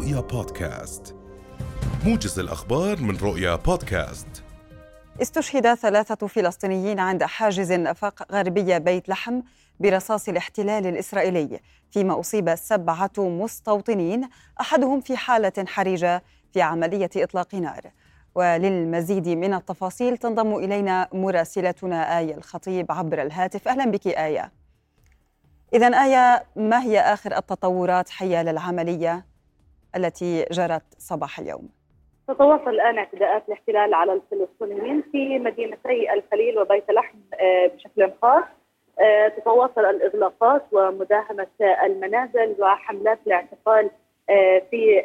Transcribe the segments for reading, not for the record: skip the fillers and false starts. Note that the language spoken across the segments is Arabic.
رؤيا بودكاست، موجز الأخبار من رؤيا بودكاست. استشهد 3 فلسطينيين عند حاجز نفق غربية بيت لحم برصاص الاحتلال الإسرائيلي، فيما أصيب 7 مستوطنين، أحدهم في حالة حرجة في عملية إطلاق نار. وللمزيد من التفاصيل تنضم إلينا مراسلتنا آية الخطيب عبر الهاتف. أهلا بك آية. إذن آية، ما هي آخر التطورات حيال العملية التي جرت صباح اليوم؟ تتواصل الآن اعتداءات الاحتلال على الفلسطينيين في مدينتي الخليل وبيت لحم بشكل خاص. تتواصل الإغلاقات ومداهمة المنازل وحملات الاعتقال في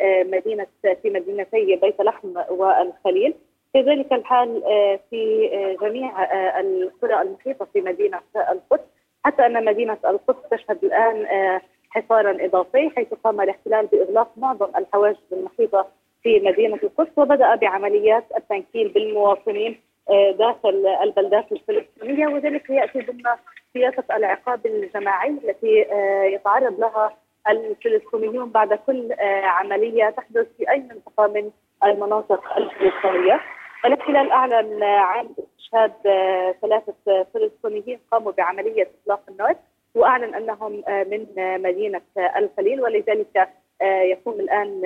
مدينتي بيت لحم والخليل. كذلك الحال في جميع القرى المحيطة في مدينة القدس، حتى أن مدينة القدس تشهد الآن حصارا إضافي، حيث قام الاحتلال بإغلاق معظم الحواجز المحيطة في مدينة القدس، وبدأ بعمليات التنكيل بالمواطنين داخل البلدات الفلسطينية، وذلك يأتي ضمن سياسة العقاب الجماعي التي يتعرض لها الفلسطينيون بعد كل عملية تحدث في أي منطقة من المناطق الفلسطينية. الاحتلال أعلن عن استشهاد 3 فلسطينيين قاموا بعملية إطلاق النار، وأعلن أنهم من مدينة الخليل، ولذلك يقوم الآن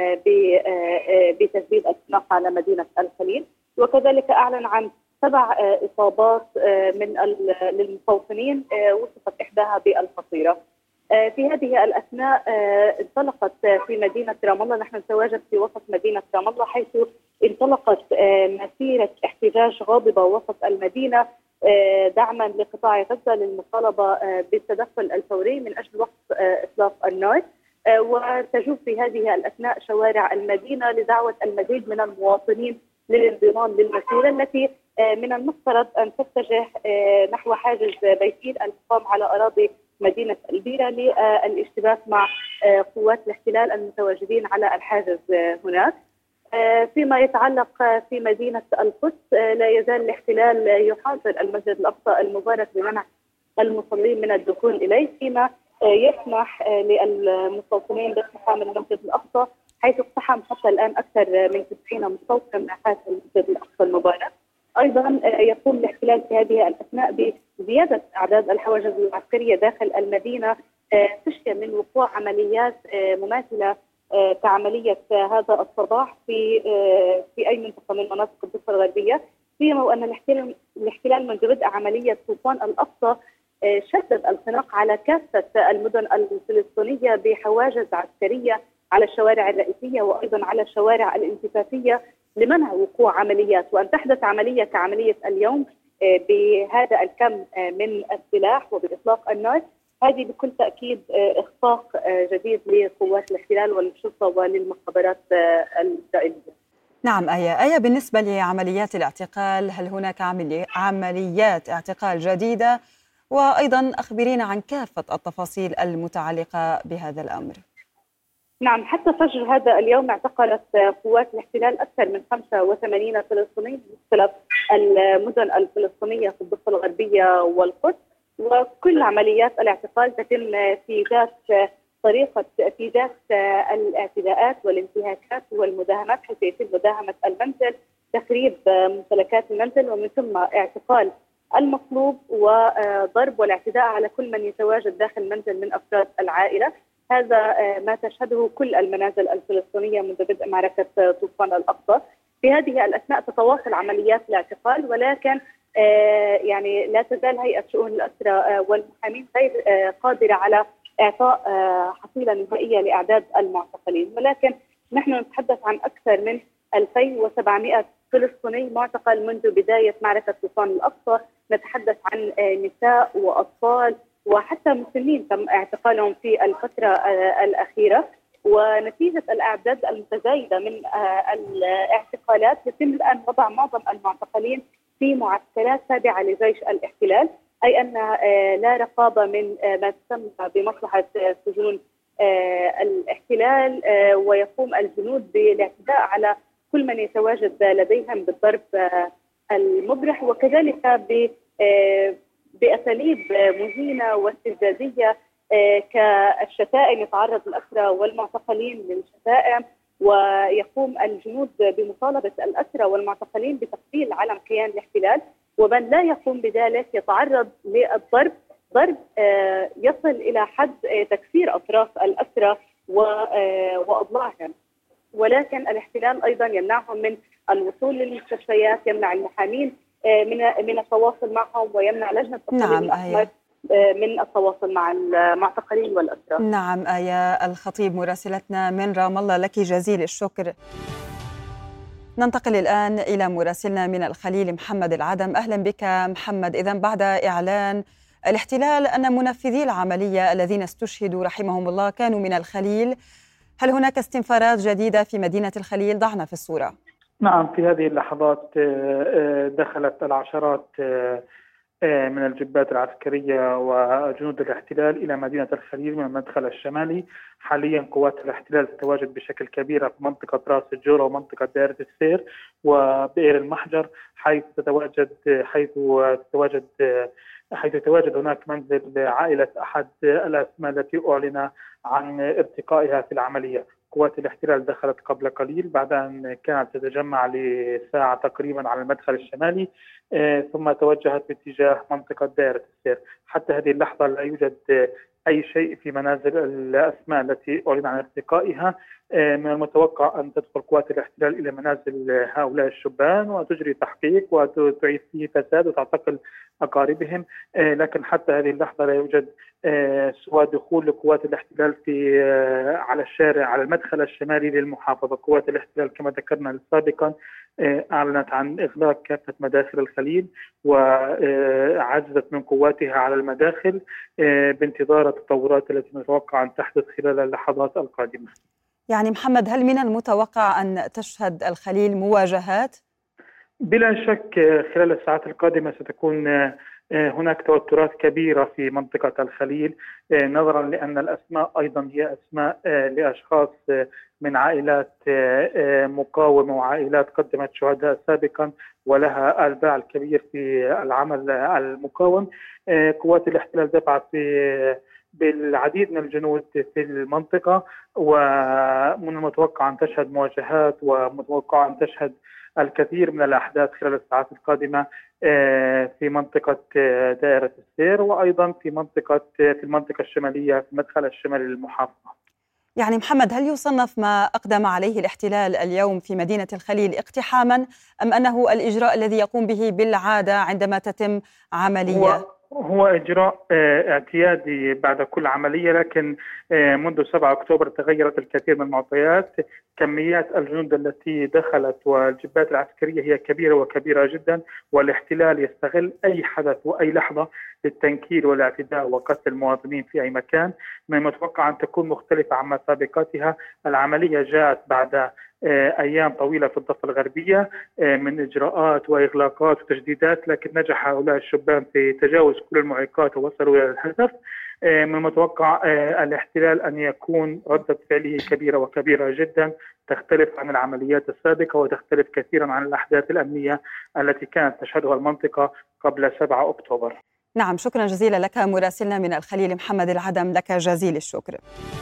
بتجديد الإطلاق على مدينة الخليل. وكذلك أعلن عن 7 إصابات للمستوطنين، وصفت إحداها بالخطيرة. في هذه الأثناء انطلقت في مدينة رام الله، نحن نتواجد في وسط مدينة رام الله، حيث انطلقت مسيرة احتجاج غاضبة وسط المدينة دعما لقطاع غزة للمطالبة بالتدخل الفوري من أجل وقف إطلاق النار. وتجوب في هذه الأثناء شوارع المدينة لدعوة المزيد من المواطنين للانضمام للمسيرة التي من المفترض أن تتجه نحو حاجز بيتين المقام على أراضي مدينة البيرة للاشتباك مع قوات الاحتلال المتواجدين على الحاجز هناك. فيما يتعلق في مدينة القدس، لا يزال الاحتلال يحاصر المسجد الأقصى المبارك بمنع المصلين من الدخول إليه، فيما يسمح للمستوطنين باقتحام المسجد الأقصى، حيث اقتحم حتى الآن أكثر من 90 مستوطن من حاجز المسجد الأقصى المبارك. أيضا يقوم الاحتلال في هذه الأثناء بزيادة أعداد الحواجز العسكرية داخل المدينة، خشية من وقوع عمليات مماثلة كعملية هذا الصباح في أي منطقة من مناطق الضفة الغربية، فيما وأن الاحتلال منذ بدء عملية طوفان الأقصى شدد الخناق على كافة المدن الفلسطينية بحواجز عسكرية على الشوارع الرئيسية وأيضا على الشوارع الانتفاثية لمنع وقوع عمليات، وأن تحدث عملية كعملية اليوم بهذا الكم من السلاح وبإطلاق النار، هذه بكل تأكيد إخفاق جديد لقوات الاحتلال والشرطة وللمخابرات الإسرائيلية. نعم آية، بالنسبة لعمليات الاعتقال، هل هناك عمليات اعتقال جديدة؟ وأيضا أخبرينا عن كافة التفاصيل المتعلقة بهذا الأمر. نعم، حتى فجر هذا اليوم اعتقلت قوات الاحتلال أكثر من 85 فلسطيني بمختلف المدن الفلسطينية في الضفة الغربية والقدس، وكل عمليات الاعتقال تتم في ذات الاعتداءات والانتهاكات والمداهمات، حيث يتم مداهمة المنزل، تخريب ممتلكات المنزل، ومن ثم اعتقال المطلوب وضرب والاعتداء على كل من يتواجد داخل المنزل من أفراد العائلة. هذا ما تشهده كل المنازل الفلسطينية منذ بدء معركة طوفان الأقصى. في هذه الأثناء تتواصل عمليات الاعتقال، ولكن يعني لا تزال هيئة شؤون الأسرى والمحامين غير قادرة على إعطاء حصيلة نهائية لأعداد المعتقلين، ولكن نحن نتحدث عن أكثر من 2700 فلسطيني معتقل منذ بداية معركة طوفان الأقصى. نتحدث عن نساء وأطفال وحتى مسنين تم اعتقالهم في الفترة الأخيرة، ونتيجة الأعداد المتزايدة من الاعتقالات يتم الآن وضع معظم المعتقلين في معسكرات تابعة لجيش الاحتلال، أي أن لا رقابة من ما تسمى بمصلحة سجون الاحتلال، ويقوم الجنود بالاعتداء على كل من يتواجد لديهم بالضرب المبرح، وكذلك بأساليب مهينة واستفزازية كالشتائم. يتعرض الأسرى والمعتقلين للشتائم ويقوم الجنود بمطالبة الأسرى والمعتقلين بتقبيل علم كيان الاحتلال، ومن لا يقوم بذلك يتعرض للضرب، ضرب يصل إلى حد تكسير أطراف الأسرى وأضلاعهم. ولكن الاحتلال أيضا يمنعهم من الوصول للمستشفيات، يمنع المحامين من التواصل معهم، ويمنع لجنة الصليب الأحمر من التواصل مع المعتقلين والأسرى. نعم آية الخطيب مراسلتنا من رام الله، لك جزيل الشكر. ننتقل الآن إلى مراسلنا من الخليل محمد العدم. أهلا بك محمد. إذن بعد إعلان الاحتلال أن منفذي العملية الذين استشهدوا رحمهم الله كانوا من الخليل، هل هناك استنفارات جديدة في مدينة الخليل؟ ضعنا في الصورة. نعم، في هذه اللحظات دخلت العشرات من الجبات العسكرية وجنود الاحتلال إلى مدينة الخليل من المدخل الشمالي. حاليا قوات الاحتلال تتواجد بشكل كبير في منطقة راس الجورة ومنطقة دائرة السير وبئر المحجر، حيث يتواجد هناك منزل عائلة أحد الأسماء التي أعلن عن ارتقائها في العملية. قوات الاحتلال دخلت قبل قليل بعد أن كانت تتجمع لساعة تقريبا على المدخل الشمالي، ثم توجهت باتجاه منطقة دائرة السير. حتى هذه اللحظة لا يوجد أي شيء في منازل الأسماء التي أعلن عن ارتقائها. من المتوقع أن تدخل قوات الاحتلال إلى منازل هؤلاء الشبان وتجري تحقيق وتعيد فيه فساد وتعتقل أقاربهم، لكن حتى هذه اللحظة لا يوجد سوى دخول لقوات الاحتلال على الشارع على المدخل الشمالي للمحافظة. قوات الاحتلال كما ذكرنا سابقا أعلنت عن إغلاق كافة مداخل الخليل وعززت من قواتها على المداخل بانتظار التطورات التي نتوقع أن تحدث خلال اللحظات القادمة. يعني محمد، هل من المتوقع أن تشهد الخليل مواجهات؟ بلا شك خلال الساعات القادمة ستكون هناك توترات كبيرة في منطقة الخليل، نظرا لأن الأسماء أيضا هي أسماء لأشخاص من عائلات مقاومة وعائلات قدمت شهداء سابقا ولها الباع الكبير في العمل المقاوم. قوات الاحتلال دفعت بالعديد من الجنود في المنطقة، ومن المتوقع أن تشهد مواجهات ومتوقع أن تشهد الكثير من الأحداث خلال الساعات القادمة في منطقة دائرة السير وأيضا في المنطقة الشمالية في المدخل الشمالي للمحافظة. يعني محمد، هل يصنف ما أقدم عليه الاحتلال اليوم في مدينة الخليل اقتحاما، أم أنه الإجراء الذي يقوم به بالعادة عندما تتم عملية؟ هو إجراء اعتيادي بعد كل عملية، لكن منذ 7 أكتوبر تغيرت الكثير من المعطيات. كميات الجنود التي دخلت والجبات العسكرية هي كبيرة وكبيرة جدا، والاحتلال يستغل أي حدث وأي لحظة للتنكيل والاعتداء وقتل المواطنين في أي مكان. من المتوقع أن تكون مختلفة عما سابقاتها. العملية جاءت بعد أيام طويلة في الضفة الغربية من إجراءات وإغلاقات وتجديدات، لكن نجح هؤلاء الشبان في تجاوز كل المعيقات ووصلوا إلى الهدف. من المتوقع الاحتلال أن يكون ردة فعله كبيرة وكبيرة جدا، تختلف عن العمليات السابقة وتختلف كثيرا عن الأحداث الأمنية التي كانت تشهدها المنطقة قبل 7 أكتوبر. نعم، شكرا جزيلا لك مراسلنا من الخليل محمد العدم، لك جزيل الشكر.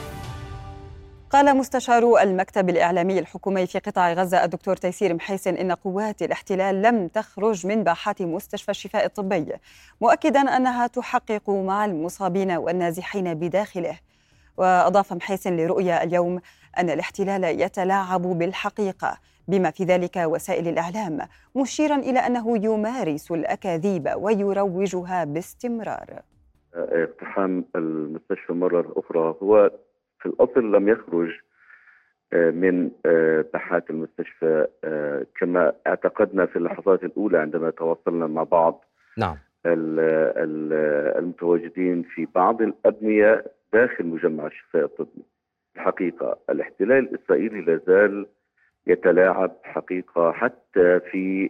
قال مستشار المكتب الإعلامي الحكومي في قطاع غزة الدكتور تيسير محيسن إن قوات الاحتلال لم تخرج من باحات مستشفى الشفاء الطبي، مؤكدا أنها تحقق مع المصابين والنازحين بداخله. وأضاف محيسن لرؤيا اليوم أن الاحتلال يتلاعب بالحقيقة بما في ذلك وسائل الإعلام، مشيرا إلى أنه يمارس الأكاذيب ويروجها باستمرار. اقتحام المستشفى مرة أخرى هو في الأصل لم يخرج من باحات المستشفى كما اعتقدنا في اللحظات الأولى عندما تواصلنا مع بعض. نعم. المتواجدين في بعض الأبنية داخل مجمع الشفاء الطبي. الحقيقة الاحتلال الإسرائيلي لازال يتلاعب حقيقة حتى في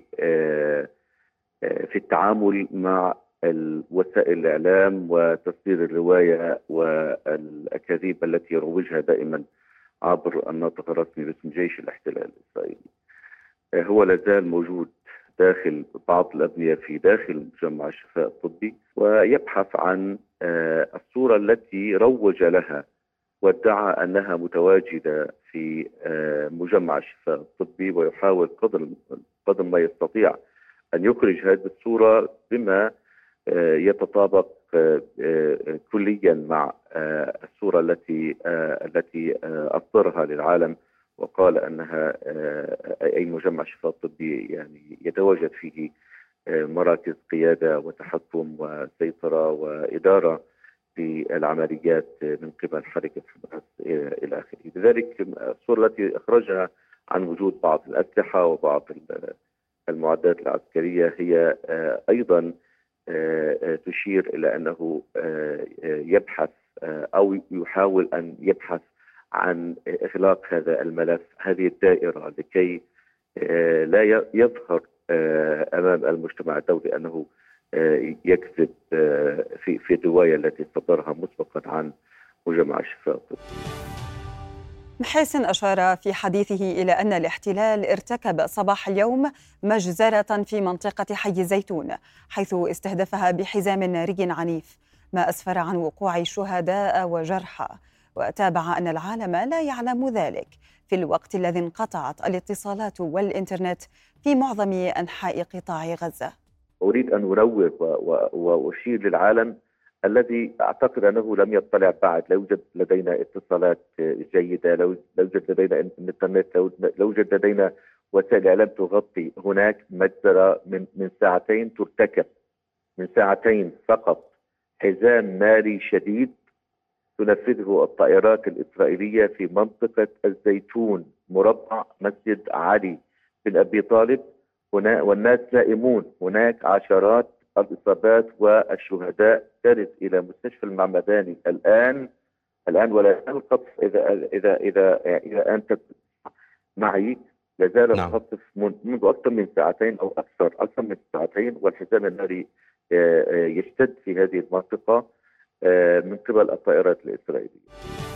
التعامل مع وسائل الإعلام وتصدير الرواية والأكاذيب التي يروجها دائما عبر الناطق الرسمي باسم جيش الاحتلال الإسرائيلي. هو لازال موجود داخل بعض الأبنية في داخل مجمع الشفاء الطبي، ويبحث عن الصورة التي روج لها وادعى أنها متواجدة في مجمع الشفاء الطبي، ويحاول قدر ما يستطيع أن يخرج هذه الصورة بما يتطابق كليا مع الصورة التي أصدرها للعالم، وقال أنها أي مجمع شفاء طبي يعني يتواجد فيه مراكز قيادة وتحكم وسيطرة وإدارة في العمليات من قبل حركة حماس إلى آخره. لذلك الصورة التي أخرجها عن وجود بعض الأسلحة وبعض المعدات العسكرية هي أيضا تشير إلى أنه يبحث أو يحاول أن يبحث عن إغلاق هذا الملف، هذه الدائرة، لكي لا يظهر أمام المجتمع الدولي أنه يكذب في الرواية التي صدرها مسبقا عن مجمع الشفاء الطبي. محاسن أشار في حديثه إلى أن الاحتلال ارتكب صباح اليوم مجزرة في منطقة حي الزيتون، حيث استهدفها بحزام ناري عنيف، ما أسفر عن وقوع شهداء وجرحى. وتابع أن العالم لا يعلم ذلك في الوقت الذي انقطعت الاتصالات والإنترنت في معظم أنحاء قطاع غزة. أريد أن أنوه وأشير للعالم الذي أعتقد أنه لم يطلع بعد. لا يوجد لدينا اتصالات جيدة، لا يوجد لدينا إنترنت، لا يوجد لدينا وسائل إعلام تغطي. هناك مجزرة من ساعتين ترتكب، من ساعتين فقط، حزام ناري شديد تنفذه الطائرات الإسرائيلية في منطقة الزيتون، مربع مسجد علي بن أبي طالب، والناس نائمون. هناك عشرات الإصابات والشهداء. ترد إلى مستشفى المعمداني الآن ولا زال القصف. إذا أنت معي، لا زال القصف منذ أكثر من ساعتين أو أكثر من ساعتين، والحزام الناري يشتد في هذه المنطقة من قبل الطائرات الإسرائيلية.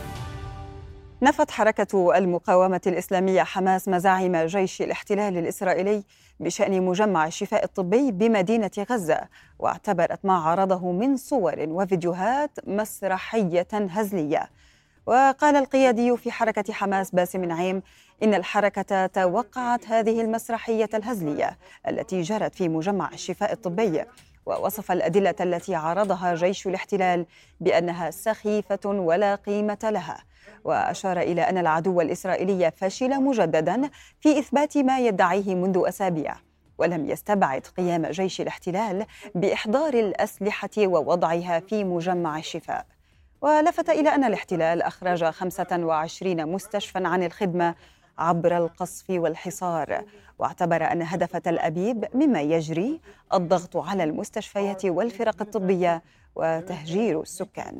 نفت حركة المقاومة الإسلامية حماس مزاعم جيش الاحتلال الإسرائيلي بشأن مجمع الشفاء الطبي بمدينة غزة، واعتبرت ما عرضه من صور وفيديوهات مسرحية هزلية. وقال القيادي في حركة حماس باسم نعيم إن الحركة توقعت هذه المسرحية الهزلية التي جرت في مجمع الشفاء الطبي، ووصف الأدلة التي عرضها جيش الاحتلال بأنها سخيفة ولا قيمة لها. وأشار إلى أن العدو الإسرائيلي فشل مجددا في إثبات ما يدعيه منذ أسابيع، ولم يستبعد قيام جيش الاحتلال بإحضار الأسلحة ووضعها في مجمع الشفاء. ولفت إلى أن الاحتلال أخرج 25 مستشفى عن الخدمة عبر القصف والحصار، واعتبر أن هدف تل أبيب مما يجري الضغط على المستشفيات والفرق الطبية وتهجير السكان.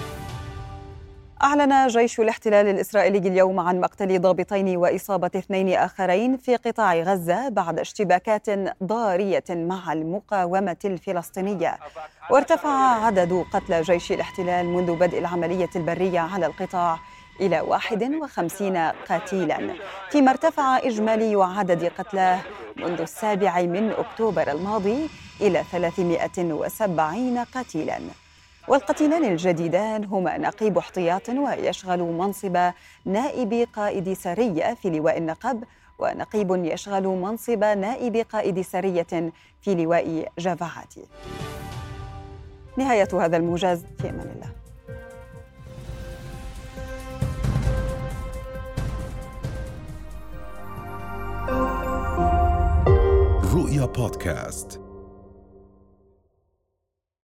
أعلن جيش الاحتلال الإسرائيلي اليوم عن مقتل ضابطين وإصابة 2 آخرين في قطاع غزة بعد اشتباكات ضارية مع المقاومة الفلسطينية. وارتفع عدد قتلى جيش الاحتلال منذ بدء العملية البرية على القطاع إلى 51 قتيلا، فيما ارتفع إجمالي عدد قتلاه منذ 7 أكتوبر الماضي إلى 370 قتيلا. والقتيلان الجديدان هما نقيب احتياط ويشغل منصب نائب قائد سرية في لواء النقب، ونقيب يشغل منصب نائب قائد سرية في لواء جافعاتي. نهاية هذا الموجز، في أمان الله. رؤيا بودكاست.